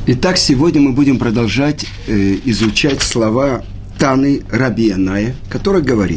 Итак, сегодня мы будем продолжать изучать слова Таны Раби Яная, который говорит,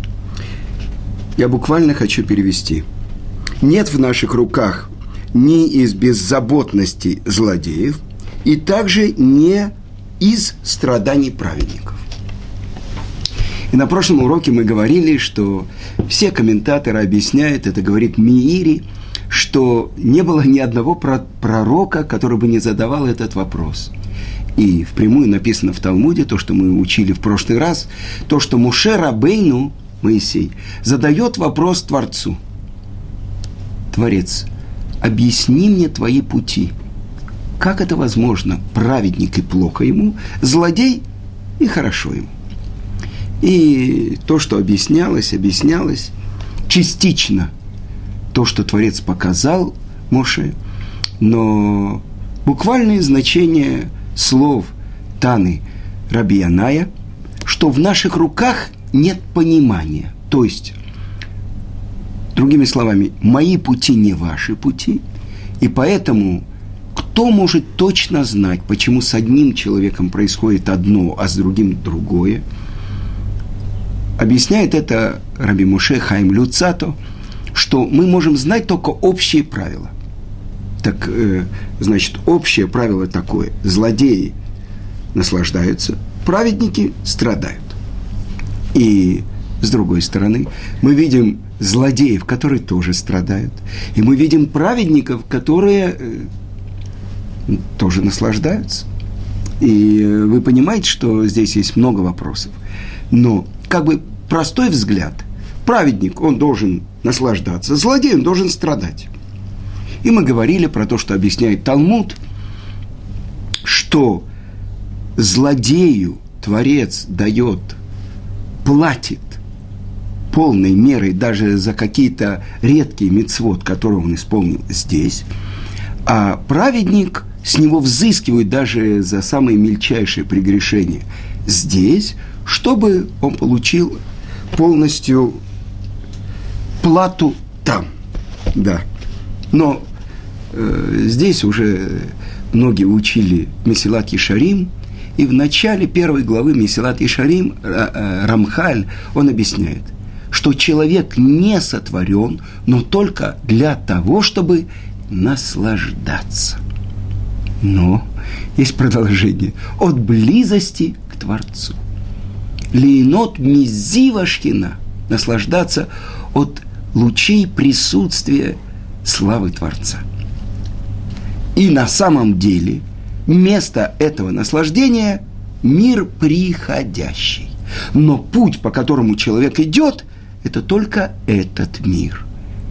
я буквально хочу перевести, нет в наших руках ни из беззаботности злодеев, и также не из страданий праведников. И на прошлом уроке мы говорили, что все комментаторы объясняют, это говорит Миири, что не было ни одного пророка, который бы не задавал этот вопрос. И впрямую написано в Талмуде, то, что мы учили в прошлый раз, то, что Моше Рабейну, Моисей, задает вопрос Творцу. Творец, объясни мне твои пути. Как это возможно? Праведник и плохо ему, злодей и хорошо ему. И то, что объяснялось частично то, что Творец показал Моше, но буквальное значение слов Таны Раби Яная, что в наших руках нет понимания. То есть, другими словами, мои пути не ваши пути, и поэтому кто может точно знать, почему с одним человеком происходит одно, а с другим другое? Объясняет это Раби Моше Хаим Люцато, что мы можем знать только общие правила. Так, значит, общее правило такое. Злодеи наслаждаются, праведники страдают. И, с другой стороны, мы видим злодеев, которые тоже страдают. И мы видим праведников, которые тоже наслаждаются. И вы понимаете, что здесь есть много вопросов. Но, как бы, простой взгляд. Праведник, он должен наслаждаться, злодей, он должен страдать. И мы говорили про то, что объясняет Талмуд, что злодею Творец дает, платит полной мерой даже за какие-то редкие мицвот, которые он исполнил здесь, а праведник с него взыскивает даже за самые мельчайшие прегрешения здесь, чтобы он получил полностью плату там, да. Но здесь уже многие учили Месилат Ешарим, и в начале первой главы Месилат Ешарим Рамхаль, он объясняет, что человек не сотворен, но только для того, чтобы наслаждаться. Но есть продолжение. От близости к Творцу. Лейнот мизива шхина. Наслаждаться от лучей присутствия славы Творца. И на самом деле место этого наслаждения – мир приходящий. Но путь, по которому человек идет, это только этот мир.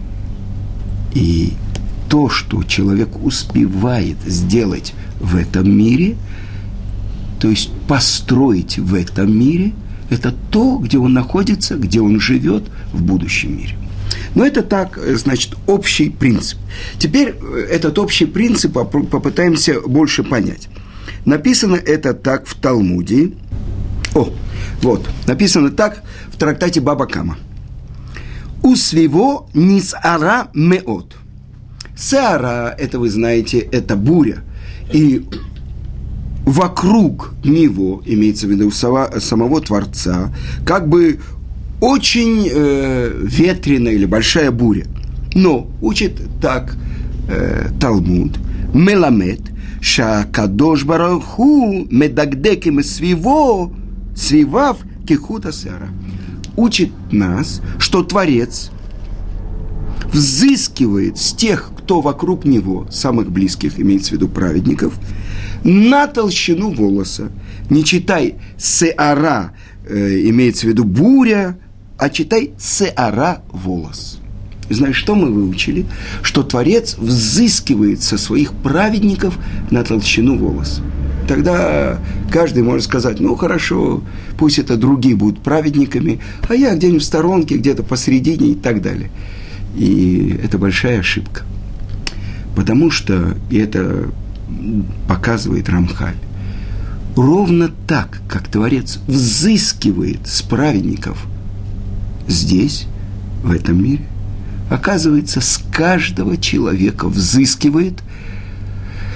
И то, что человек успевает сделать в этом мире, то есть построить в этом мире, это то, где он находится, где он живет в будущем мире. Но это так, значит, общий принцип. Теперь этот общий принцип попытаемся больше понять. Написано это так в Талмуде. Написано так в трактате Баба Кама. «Усвиво нисара меот». Саара, это вы знаете, это буря. И вокруг него, имеется в виду самого Творца, как бы очень ветреная или большая буря. Но учит так Талмуд, Меламед, Шакадош Бараху, Медагдеким Свивав Кихута Сара. Учит нас, что Творец взыскивает с тех, кто вокруг него, самых близких, имеется в виду праведников, на толщину волоса. Не читай сеара, имеется в виду буря, а читай сеара волос. Знаешь, что мы выучили? Что Творец взыскивает со своих праведников на толщину волос. Тогда каждый может сказать, ну хорошо, пусть это другие будут праведниками, а я где-нибудь в сторонке, где-то посередине и так далее. И это большая ошибка. Потому что, и это показывает Рамхаль, ровно так, как Творец взыскивает с праведников здесь, в этом мире, оказывается, с каждого человека взыскивает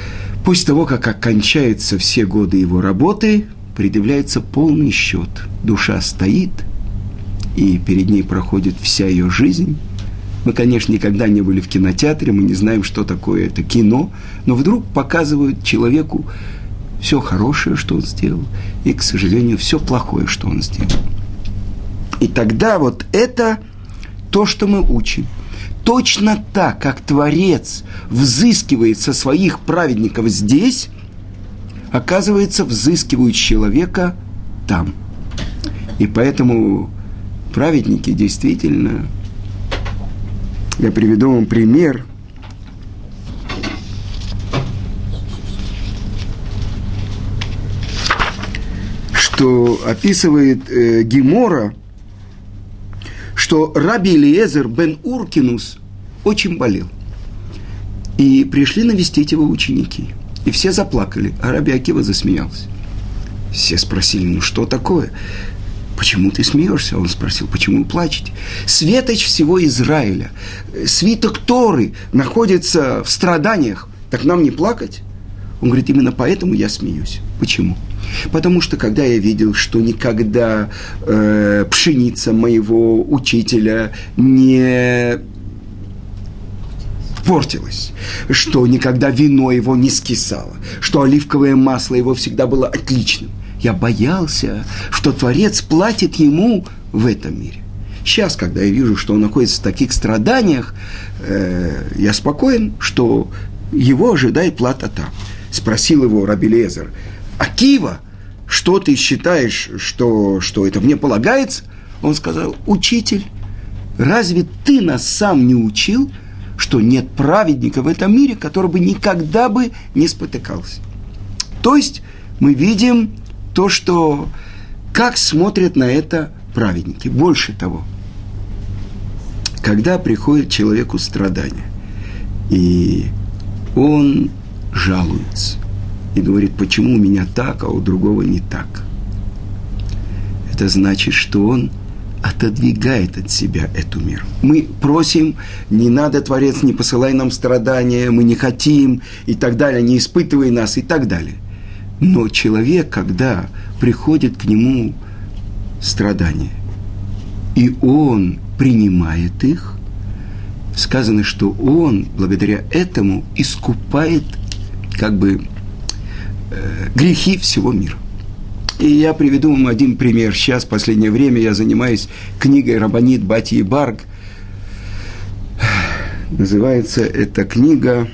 После того, как окончаются все годы его работы, предъявляется полный счет. Душа стоит, и перед ней проходит вся ее жизнь. Мы, конечно, никогда не были в кинотеатре, мы не знаем, что такое это кино, но вдруг показывают человеку все хорошее, что он сделал, и, к сожалению, все плохое, что он сделал. И тогда вот это то, что мы учим. Точно так, как Творец взыскивает со своих праведников здесь, оказывается, взыскивают человека там. И поэтому праведники действительно... Я приведу вам пример. Что описывает Гемора, что Раби Элиезер бен Уркинус очень болел. И пришли навестить его ученики. И все заплакали, а Раби Акива засмеялся. Все спросили, ну что такое? Почему ты смеешься? Он спросил, почему вы плачете? Светоч всего Израиля, свиток Торы находится в страданиях, так нам не плакать? Он говорит, именно поэтому я смеюсь. Почему? Потому что когда я видел, что никогда пшеница моего учителя не портилась, что никогда вино его не скисало, что оливковое масло его всегда было отличным, я боялся, что Творец платит ему в этом мире. Сейчас, когда я вижу, что он находится в таких страданиях, я спокоен, что его ожидает плата там. Спросил его Раби Элиезер, Акива, что ты считаешь, что это мне полагается? Он сказал, учитель, разве ты нас сам не учил, что нет праведника в этом мире, который бы никогда бы не спотыкался? То есть мы видим то, что как смотрят на это праведники. Больше того, когда приходит человеку страдания, и он жалуется, и говорит, почему у меня так, а у другого не так. Это значит, что он отодвигает от себя эту меру. Мы просим, не надо, Творец, не посылай нам страдания, мы не хотим, и так далее, не испытывай нас, и так далее. Но человек, когда приходит к нему страдания, и он принимает их, сказано, что он, благодаря этому, искупает, грехи всего мира. И я приведу вам один пример. Сейчас, в последнее время, я занимаюсь книгой Рабанит Батьи Барг. Называется эта книга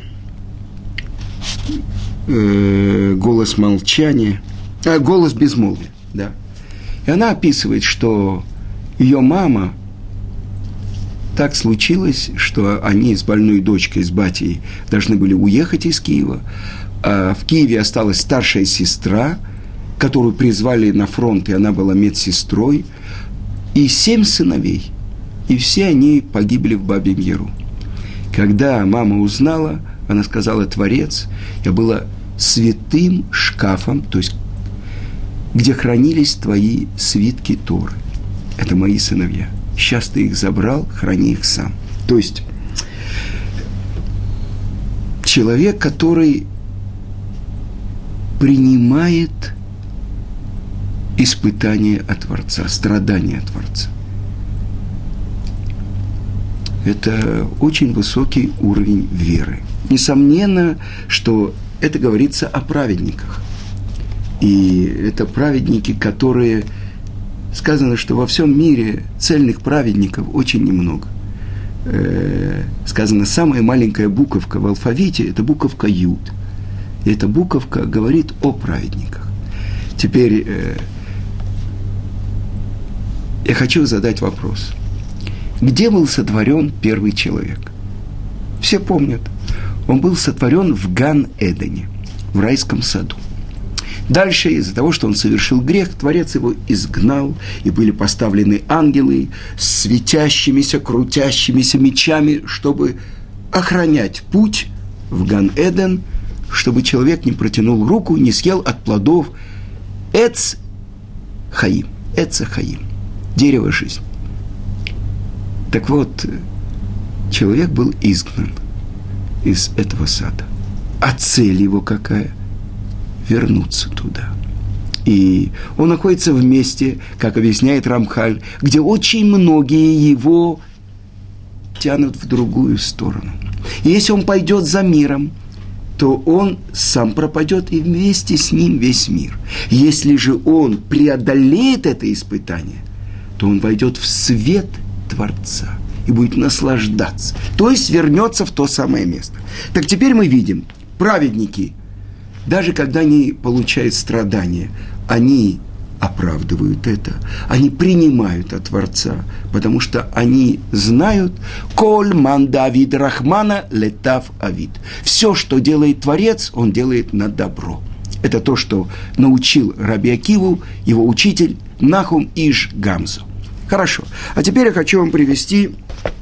«Голос молчания», «Голос безмолвия», да. И она описывает, что ее мама, так случилось, что они с больной дочкой, с батей, должны были уехать из Киева, а в Киеве осталась старшая сестра, которую призвали на фронт, и она была медсестрой, и 7 сыновей, и все они погибли в Бабьем Яру. Когда мама узнала, она сказала, Творец, я была святым шкафом, то есть где хранились твои свитки Торы. Это мои сыновья. Сейчас ты их забрал, храни их сам. То есть человек, который принимает испытания от Творца, страдания от Творца. Это очень высокий уровень веры. Несомненно, что это говорится о праведниках. И это праведники, которые... Сказано, что во всем мире цельных праведников очень немного. Сказано, самая маленькая буковка в алфавите – это буковка Юд. И эта буковка говорит о праведниках. Теперь я хочу задать вопрос. Где был сотворен первый человек? Все помнят. Он был сотворен в Ган-Эдене, в райском саду. Дальше, из-за того, что он совершил грех, Творец его изгнал, и были поставлены ангелы с светящимися, крутящимися мечами, чтобы охранять путь в Ган-Эден, чтобы человек не протянул руку, не съел от плодов Эц-Хаим, Эц-Хаим, дерево жизни. Так вот, человек был изгнан из этого сада. А цель его какая? Вернуться туда. И он находится в месте, как объясняет Рамхаль, где очень многие его тянут в другую сторону. И если он пойдет за миром, то он сам пропадет, и вместе с ним весь мир. Если же он преодолеет это испытание, то он войдет в свет Творца и будет наслаждаться. То есть вернется в то самое место. Так теперь мы видим, праведники, даже когда они получают страдания, они оправдывают это, они принимают от Творца, потому что они знают «Коль ман Давид Рахмана летав авид». Все, что делает Творец, он делает на добро. Это то, что научил Раби Акиву, его учитель Нахум иш Гамзу. Хорошо. А теперь я хочу вам привести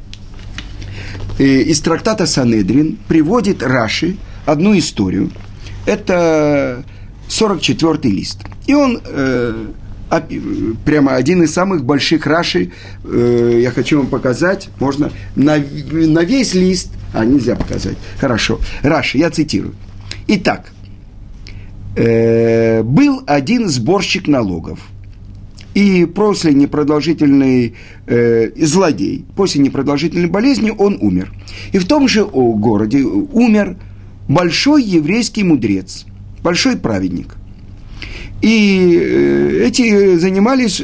из трактата Санедрин, приводит Раши одну историю. Это 44-й лист. И он прямо один из самых больших Раши, я хочу вам показать, можно на весь лист, нельзя показать. Хорошо. Раши, я цитирую. Итак, был один сборщик налогов, и после непродолжительной злодей, после непродолжительной болезни он умер. И в том же городе умер большой еврейский мудрец, большой праведник. И эти занимались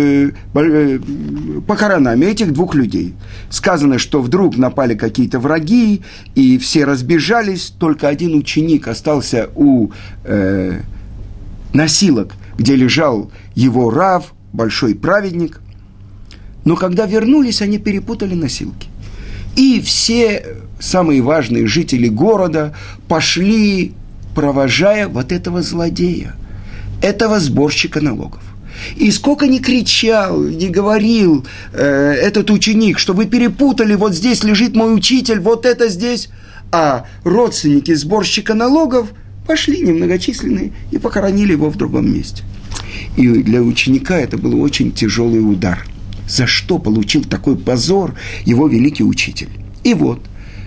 похоронами этих двух людей. Сказано, что вдруг напали какие-то враги, и все разбежались, только один ученик остался у носилок, где лежал его рав, большой праведник. Но когда вернулись, они перепутали носилки. И все самые важные жители города пошли, провожая вот этого злодея, этого сборщика налогов. И сколько ни кричал, ни говорил этот ученик, что вы перепутали, вот здесь лежит мой учитель, вот это здесь. А родственники сборщика налогов пошли немногочисленные и похоронили его в другом месте. И для ученика это был очень тяжелый удар. За что получил такой позор его великий учитель? И вот,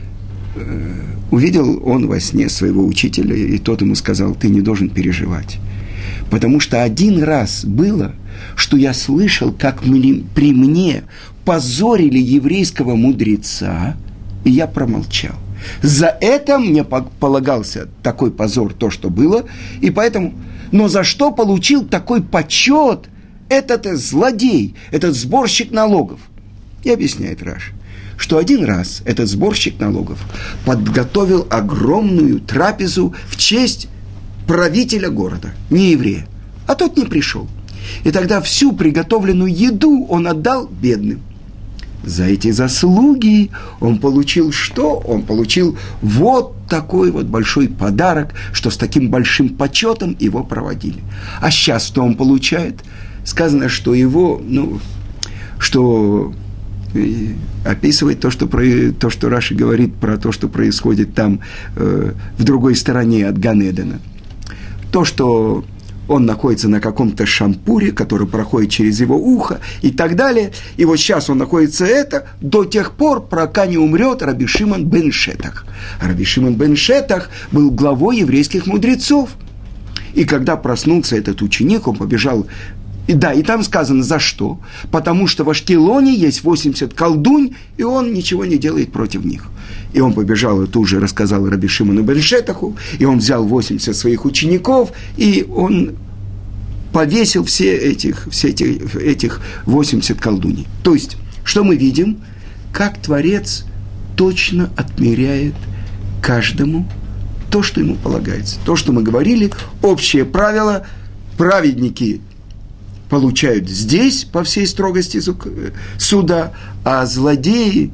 увидел он во сне своего учителя, и тот ему сказал: ты не должен переживать. Потому что один раз было, что я слышал, как при мне позорили еврейского мудреца, и я промолчал. За это мне полагался такой позор, то, что было, и поэтому... Но за что получил такой почет этот злодей, этот сборщик налогов? И объясняет Раши, что один раз этот сборщик налогов подготовил огромную трапезу в честь правителя города, не еврея, а тот не пришел. И тогда всю приготовленную еду он отдал бедным. За эти заслуги он получил что? Он получил вот такой вот большой подарок, что с таким большим почетом его проводили. А сейчас что он получает? Сказано, что его, что описывает то, что Раши говорит про то, что происходит там в другой стороне от Ган-Эдена. То, что он находится на каком-то шампуре, который проходит через его ухо и так далее. И вот сейчас он находится до тех пор, пока не умрет Раби Шимон бен Шетах. Раби Шимон бен Шетах был главой еврейских мудрецов. И когда проснулся этот ученик, он побежал. И там сказано, за что? Потому что в Ашкелоне есть 80 колдунь, и он ничего не делает против них. И он побежал и тут же рассказал Раби Шимону бен Шетаху, и он взял 80 своих учеников, и он повесил все этих 80 колдуней. То есть, что мы видим? Как Творец точно отмеряет каждому то, что ему полагается. То, что мы говорили, общее правило, праведники получают здесь по всей строгости суда, а злодеи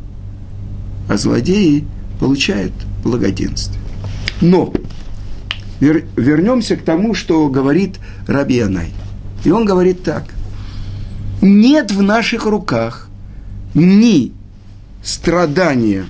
получают благоденствие. Но вернемся к тому, что говорит Раби Янай. И он говорит так: нет в наших руках ни страдания,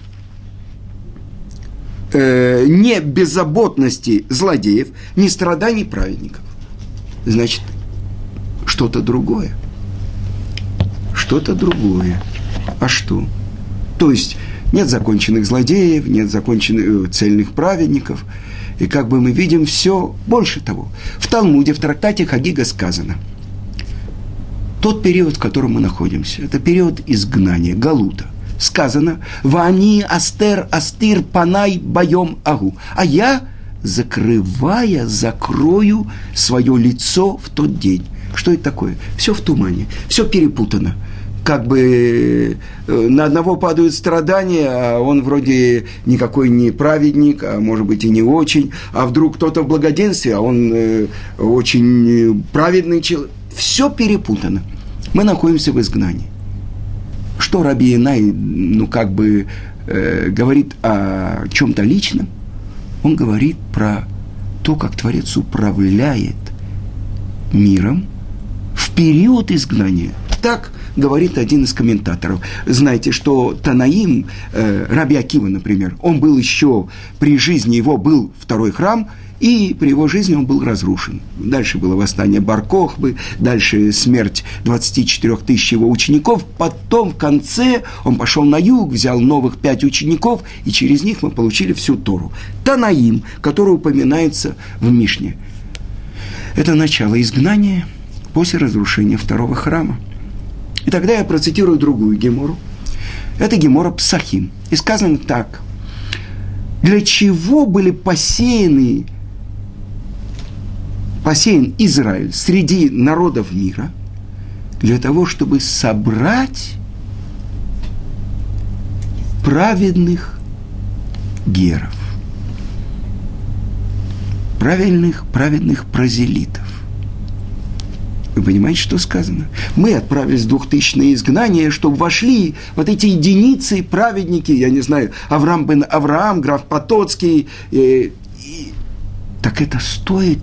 ни беззаботности злодеев, ни страданий праведников. Значит, что-то другое. Что-то другое. А что? То есть, нет законченных злодеев, нет законченных цельных праведников. И как бы мы видим все больше того. В Талмуде, в трактате Хагига сказано, тот период, в котором мы находимся, это период изгнания, галута. Сказано, «Вани астер астир панай боем агу». А я, закрывая, закрою свое лицо в тот день. Что это такое? Все в тумане, все перепутано. Как бы на одного падают страдания, а он вроде никакой не праведник, а может быть и не очень, а вдруг кто-то в благоденствии, а он очень праведный человек. Все перепутано. Мы находимся в изгнании. Что Раби Инай, говорит о чем-то личном? Он говорит про то, как Творец управляет миром в период изгнания. Так говорит один из комментаторов. Знаете, что Танаим, Раби Акива, например, он был еще, при жизни его был второй храм, и при его жизни он был разрушен. Дальше было восстание Бар-Кохбы, дальше смерть 24 тысяч его учеников. Потом в конце он пошел на юг, взял новых 5 учеников, и через них мы получили всю Тору. Танаим, который упоминается в Мишне. Это начало изгнания после разрушения второго храма. И тогда я процитирую другую гемору. Это гемора Псахим. И сказано так. Для чего были посеян Израиль среди народов мира? Для того, чтобы собрать праведных геров. Праведных прозелитов. Вы понимаете, что сказано? Мы отправились в 2000-е изгнание, чтобы вошли вот эти единицы, праведники, я не знаю, Авраам бен Авраам, граф Потоцкий. Так это стоит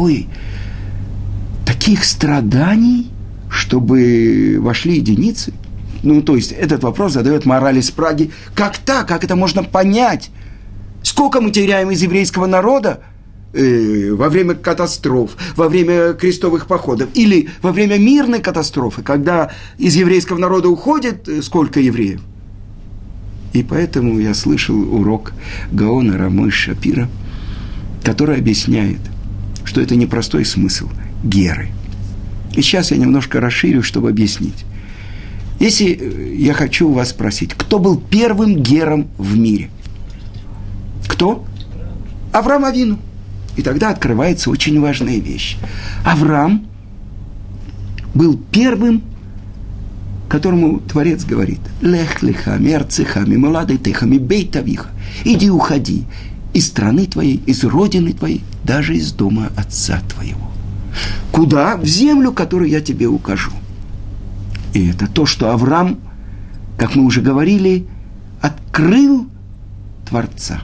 таких страданий, чтобы вошли единицы? То есть, этот вопрос задает мораль из Праги. Как так? Как это можно понять? Сколько мы теряем из еврейского народа? Во время катастроф, во время крестовых походов или во время мирной катастрофы, когда из еврейского народа уходит сколько евреев. И поэтому я слышал урок Гаона Рамой Шапира, который объясняет, что это непростой смысл геры. И сейчас я немножко расширю, чтобы объяснить. Если я хочу вас спросить, кто был первым гером в мире? Кто? Авраам Авину. И тогда открывается очень важная вещь. Авраам был первым, которому Творец говорит: «Лех леха, мерцеха, мимолады теха, мибейт авиха». Иди, уходи из страны твоей, из родины твоей, даже из дома отца твоего. Куда? В землю, которую я тебе укажу. И это то, что Авраам, как мы уже говорили, открыл Творца.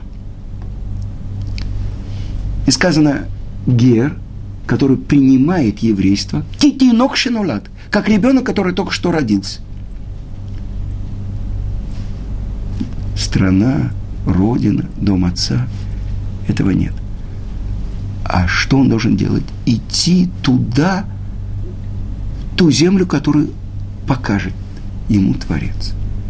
И сказано, гер, который принимает еврейство, титинок шинулат, как ребенок, который только что родился. Страна, родина, дом отца, этого нет. А что он должен делать? Идти туда, в ту землю, которую покажет ему Творец.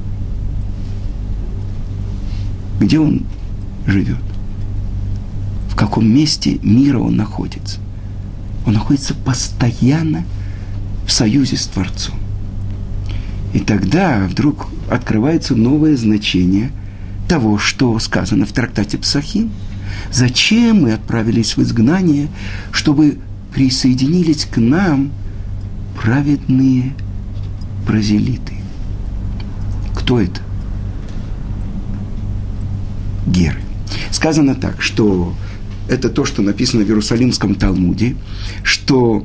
Где он живет? В каком месте мира он находится? Он находится постоянно в союзе с Творцом. И тогда вдруг открывается новое значение того, что сказано в трактате Псахим. Зачем мы отправились в изгнание, чтобы присоединились к нам праведные прозелиты? Кто это? Геры. Сказано так, что это то, что написано в Иерусалимском Талмуде, что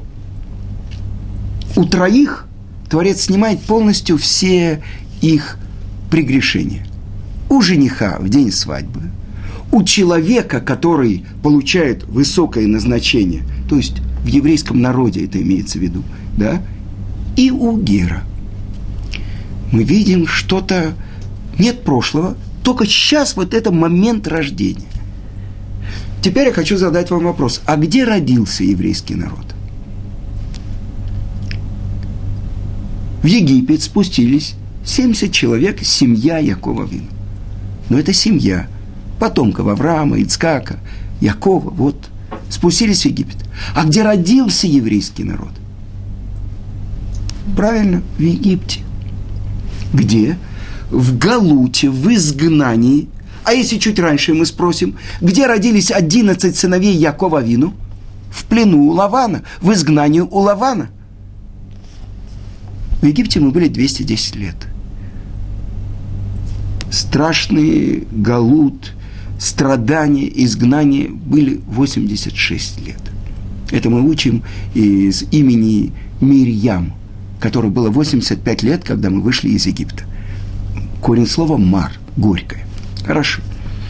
у троих Творец снимает полностью все их прегрешения. У жениха в день свадьбы, у человека, который получает высокое назначение, то есть в еврейском народе это имеется в виду, да, и у гера. Мы видим что-то, нет прошлого, только сейчас вот это момент рождения. Теперь я хочу задать вам вопрос. А где родился еврейский народ? В Египет спустились 70 человек, семья Якова Авину. Но это семья потомков Авраама, Ицкака, Якова, вот, спустились в Египет. А где родился еврейский народ? Правильно, в Египте. Где? В Галуте, в изгнании. А если чуть раньше мы спросим, где родились 11 сыновей Якова Авину? В плену у Лавана, в изгнании у Лавана. В Египте мы были 210 лет. Страшный галут, страдания, изгнание были 86 лет. Это мы учим из имени Мирьям, которой было 85 лет, когда мы вышли из Египта. Корень слова «мар» – горькое. Хорошо.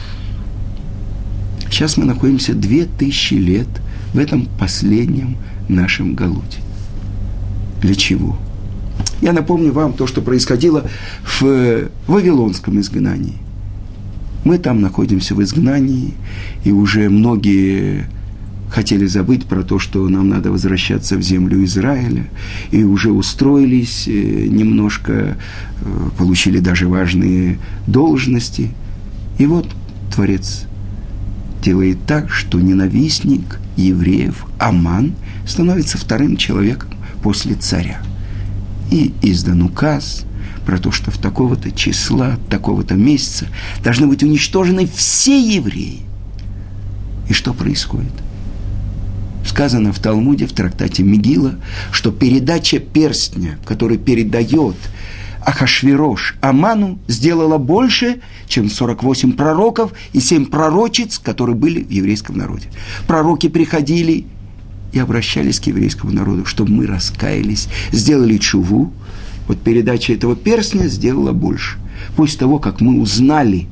Сейчас мы находимся 2000 лет в этом последнем нашем галуте. Для чего? Я напомню вам то, что происходило в Вавилонском изгнании. Мы там находимся в изгнании, и уже многие хотели забыть про то, что нам надо возвращаться в землю Израиля, и уже устроились немножко, получили даже важные должности. И вот Творец делает так, что ненавистник евреев Аман становится вторым человеком после царя. И издан указ про то, что в такого-то числа, такого-то месяца должны быть уничтожены все евреи. И что происходит? Сказано в Талмуде, в трактате Мегила, что передача перстня, который передает Ахашвирош Аману, сделала больше, чем 48 пророков и 7 пророчиц, которые были в еврейском народе. Пророки приходили и обращались к еврейскому народу, чтобы мы раскаялись, сделали чуву. Вот передача этого перстня сделала больше. После того, как мы узнали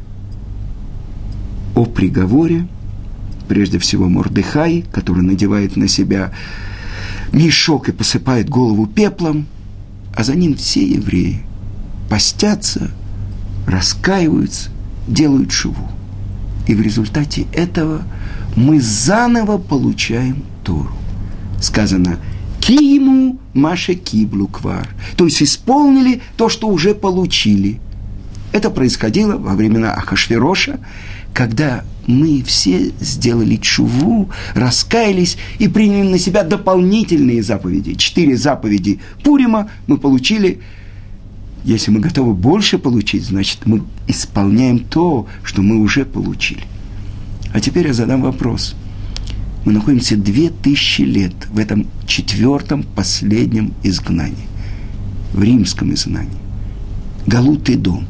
о приговоре, прежде всего Мордехай, который надевает на себя мешок и посыпает голову пеплом, а за ним все евреи постятся, раскаиваются, делают шуву. И в результате этого мы заново получаем Тору. Сказано «Киему маше киблу квар», то есть исполнили то, что уже получили. Это происходило во времена Ахашвироша, когда мы все сделали чуву, раскаялись и приняли на себя дополнительные заповеди. 4 заповеди Пурима мы получили. Если мы готовы больше получить, значит, мы исполняем то, что мы уже получили. А теперь я задам вопрос. Мы находимся 2000 лет в этом 4-м последнем изгнании, в римском изгнании. Галут Эдом.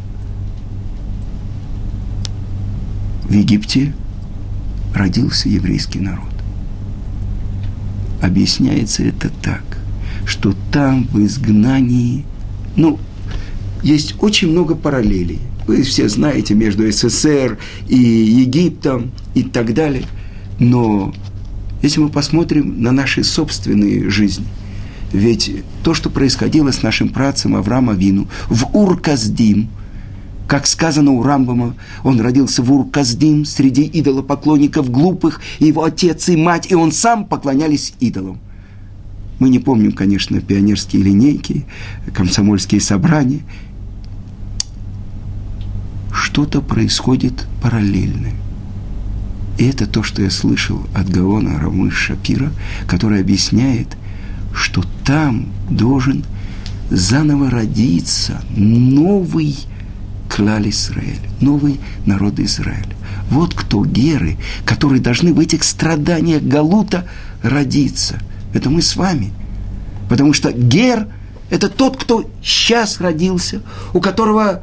В Египте родился еврейский народ. Объясняется это так, что там в изгнании, есть очень много параллелей. Вы все знаете между СССР и Египтом и так далее. Но если мы посмотрим на наши собственные жизни, ведь то, что происходило с нашим працем Авраам Авину в Ур-Каздим, как сказано у Рамбама, он родился в Ур-Каздим среди идолопоклонников глупых, и его отец и мать, и он сам поклонялись идолам. Мы не помним, конечно, пионерские линейки, комсомольские собрания. Что-то происходит параллельное. И это то, что я слышал от Гаона Равмы Шапира, который объясняет, что там должен заново родиться новый Клаль Исраэль, новый народ Израиля. Вот кто геры, которые должны в этих страданиях Галута родиться. Это мы с вами. Потому что гер – это тот, кто сейчас родился, у которого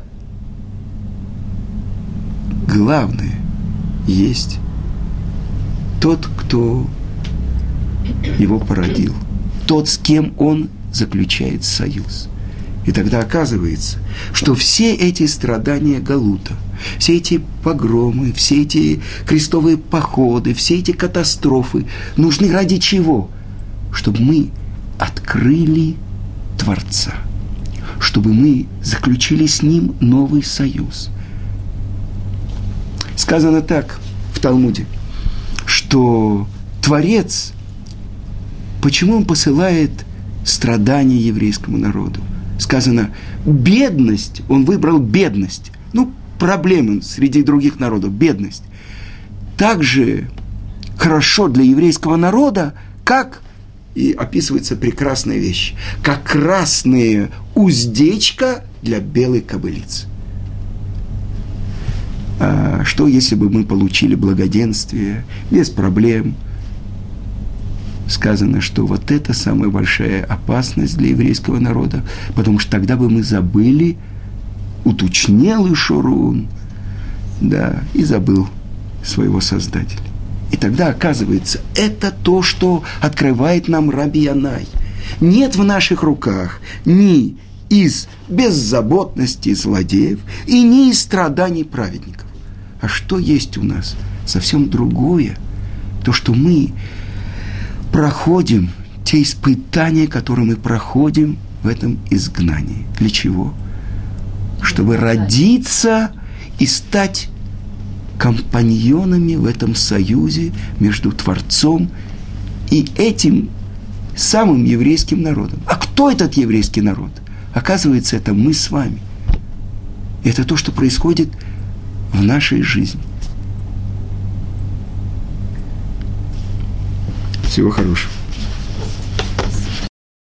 главное есть тот, кто его породил, тот, с кем он заключает союз. И тогда оказывается, что все эти страдания Галута, все эти погромы, все эти крестовые походы, все эти катастрофы нужны ради чего? Чтобы мы открыли Творца, чтобы мы заключили с Ним новый союз. Сказано так в Талмуде, что Творец, почему Он посылает страдания еврейскому народу? Сказано, бедность, Он выбрал бедность, проблемы среди других народов, бедность. так же хорошо для еврейского народа, как, и описывается прекрасная вещь, как красная уздечка для белой кобылицы. А что, если бы мы получили благоденствие, без проблем? Сказано, что вот это самая большая опасность для еврейского народа, потому что тогда бы мы забыли, уточнел Ишурун, да, и забыл своего Создателя. И тогда, оказывается, это то, что открывает нам Раби Янай. Нет в наших руках ни из беззаботности злодеев и ни из страданий праведников. А что есть у нас? Совсем другое. То, что мы проходим, те испытания, которые мы проходим в этом изгнании. Для чего? Чтобы родиться и стать компаньонами в этом союзе между Творцом и этим самым еврейским народом. А кто этот еврейский народ? Оказывается, это мы с вами. Это то, что происходит в нашей жизни. Всего хорошего.